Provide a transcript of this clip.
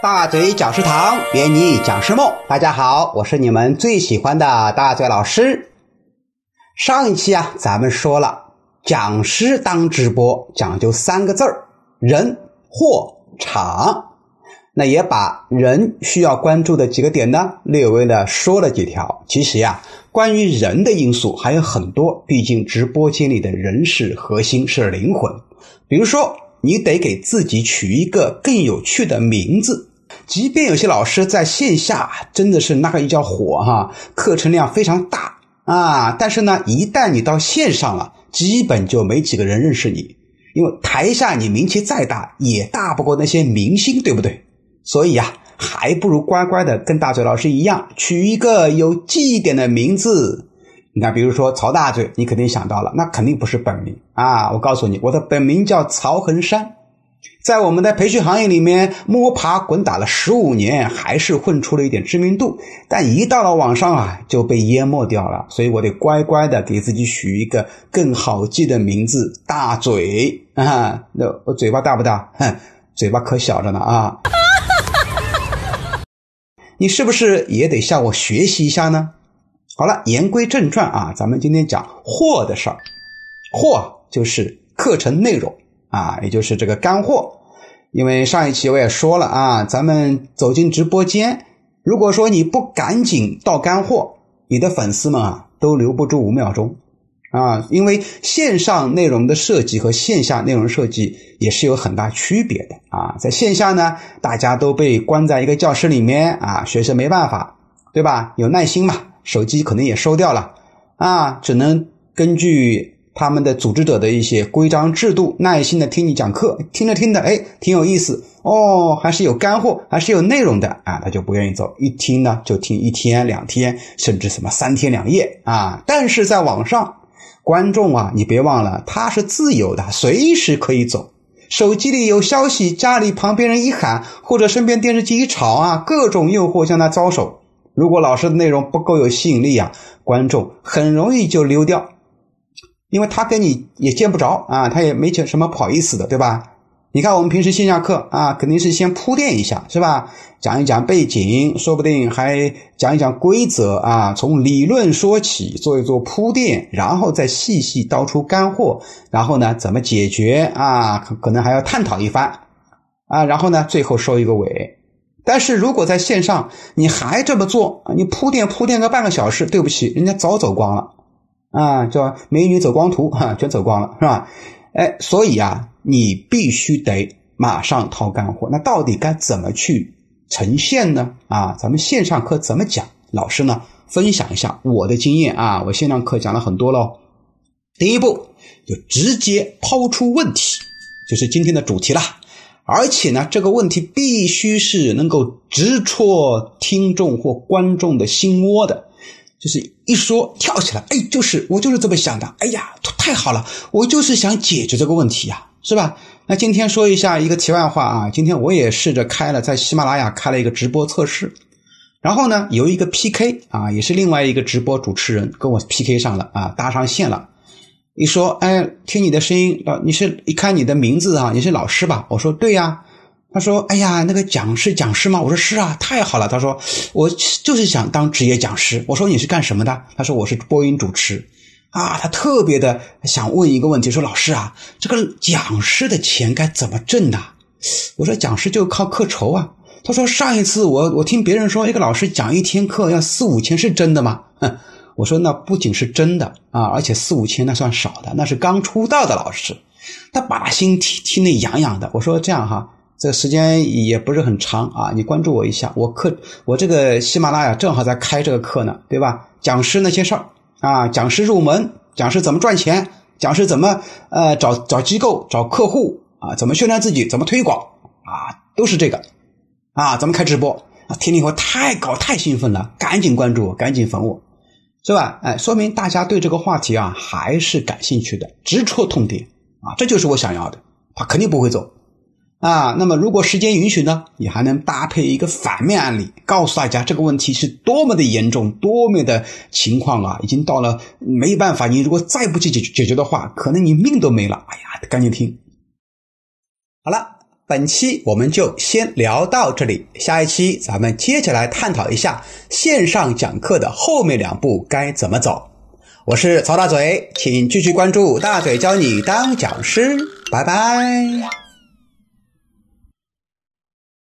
大嘴讲师堂，圆你讲师梦。大家好，我是你们最喜欢的大嘴老师。上一期咱们说了，讲师当直播讲究3个字儿：人、货、场。那也把人需要关注的几个点呢，略微的说了几条。其实关于人的因素还有很多，毕竟直播间里的人是核心，是灵魂。比如说，你得给自己取一个更有趣的名字。即便有些老师在线下真的是那个一叫火课程量非常大但是呢，一旦你到线上了，基本就没几个人认识你，因为台下你名气再大，也大不过那些明星，对不对？所以还不如乖乖的跟大嘴老师一样，取一个有记忆点的名字。你看，比如说曹大嘴，你肯定想到了，那肯定不是本名我告诉你，我的本名叫曹恒山。在我们的培训行业里面摸爬滚打了15年，还是混出了一点知名度，但一到了网上就被淹没掉了，所以我得乖乖的给自己取一个更好记的名字，大嘴那我嘴巴大不大？嘴巴可小着呢你是不是也得向我学习一下呢？好了，言归正传咱们今天讲货的事儿。货就是课程内容也就是这个干货。因为上一期我也说了咱们走进直播间，如果说你不赶紧到干货，你的粉丝们都留不住5秒钟因为线上内容的设计和线下内容设计也是有很大区别的在线下呢，大家都被关在一个教室里面学生没办法，对吧？有耐心嘛，手机可能也收掉了只能根据他们的组织者的一些规章制度，耐心的听你讲课，听着听着挺有意思还是有干货，还是有内容的他就不愿意走，一听呢就听1天2天，甚至什么3天2夜但是在网上观众你别忘了，他是自由的，随时可以走，手机里有消息，家里旁边人一喊，或者身边电视机一吵各种诱惑向他招手。如果老师的内容不够有吸引力观众很容易就溜掉，因为他跟你也见不着他也没什么不好意思的，对吧？你看我们平时线下课肯定是先铺垫一下，是吧？讲一讲背景，说不定还讲一讲规则从理论说起，做一做铺垫，然后再细细刀出干货，然后呢怎么解决可能还要探讨一番然后呢最后收一个尾。但是如果在线上你还这么做，你铺垫个半个小时，对不起，人家早走光了叫美女走光图全走光了，是吧？所以你必须得马上掏干货。那到底该怎么去呈现呢咱们线上课怎么讲？老师呢分享一下我的经验我线上课讲了很多咯。第一步就直接抛出问题，就是今天的主题啦。而且呢，这个问题必须是能够直戳听众或观众的心窝的，就是一说跳起来，我就是这么想的，太好了，我就是想解决这个问题是吧？那今天说一下一个题外话今天我也试着在喜马拉雅开了一个直播测试，然后呢有一个 PK 也是另外一个直播主持人跟我 PK 上了搭上线了。一说听你的声音你是一看你的名字你是老师吧？我说对呀。他说那个讲师吗？我说是太好了。他说我就是想当职业讲师。我说你是干什么的？他说我是播音主持他特别的想问一个问题，说老师这个讲师的钱该怎么挣的？我说讲师就靠课酬他说上一次我听别人说一个老师讲1天课要4、5千，是真的吗？我说那不仅是真的而且4、5千那算少的，那是刚出道的老师，他把他心听得痒痒的。我说这样这个时间也不是很长你关注我一下，我这个喜马拉雅正好在开这个课呢，对吧？讲师那些事儿讲师入门，讲师怎么赚钱，讲师怎么找机构找客户怎么宣传自己，怎么推广都是这个怎么开直播听了以后太兴奋了，赶紧关注我，赶紧粉我，是吧？说明大家对这个话题还是感兴趣的，直戳痛点这就是我想要的，他肯定不会走那么如果时间允许呢，也还能搭配一个反面案例，告诉大家这个问题是多么的严重，多么的情况已经到了没办法，你如果再不去解决的话，可能你命都没了。赶紧听。好了， 本期我们就先聊到这里，下一期咱们接着来探讨一下线上讲课的后面2步该怎么走。我是曹大嘴，请继续关注大嘴教你当讲师，拜拜。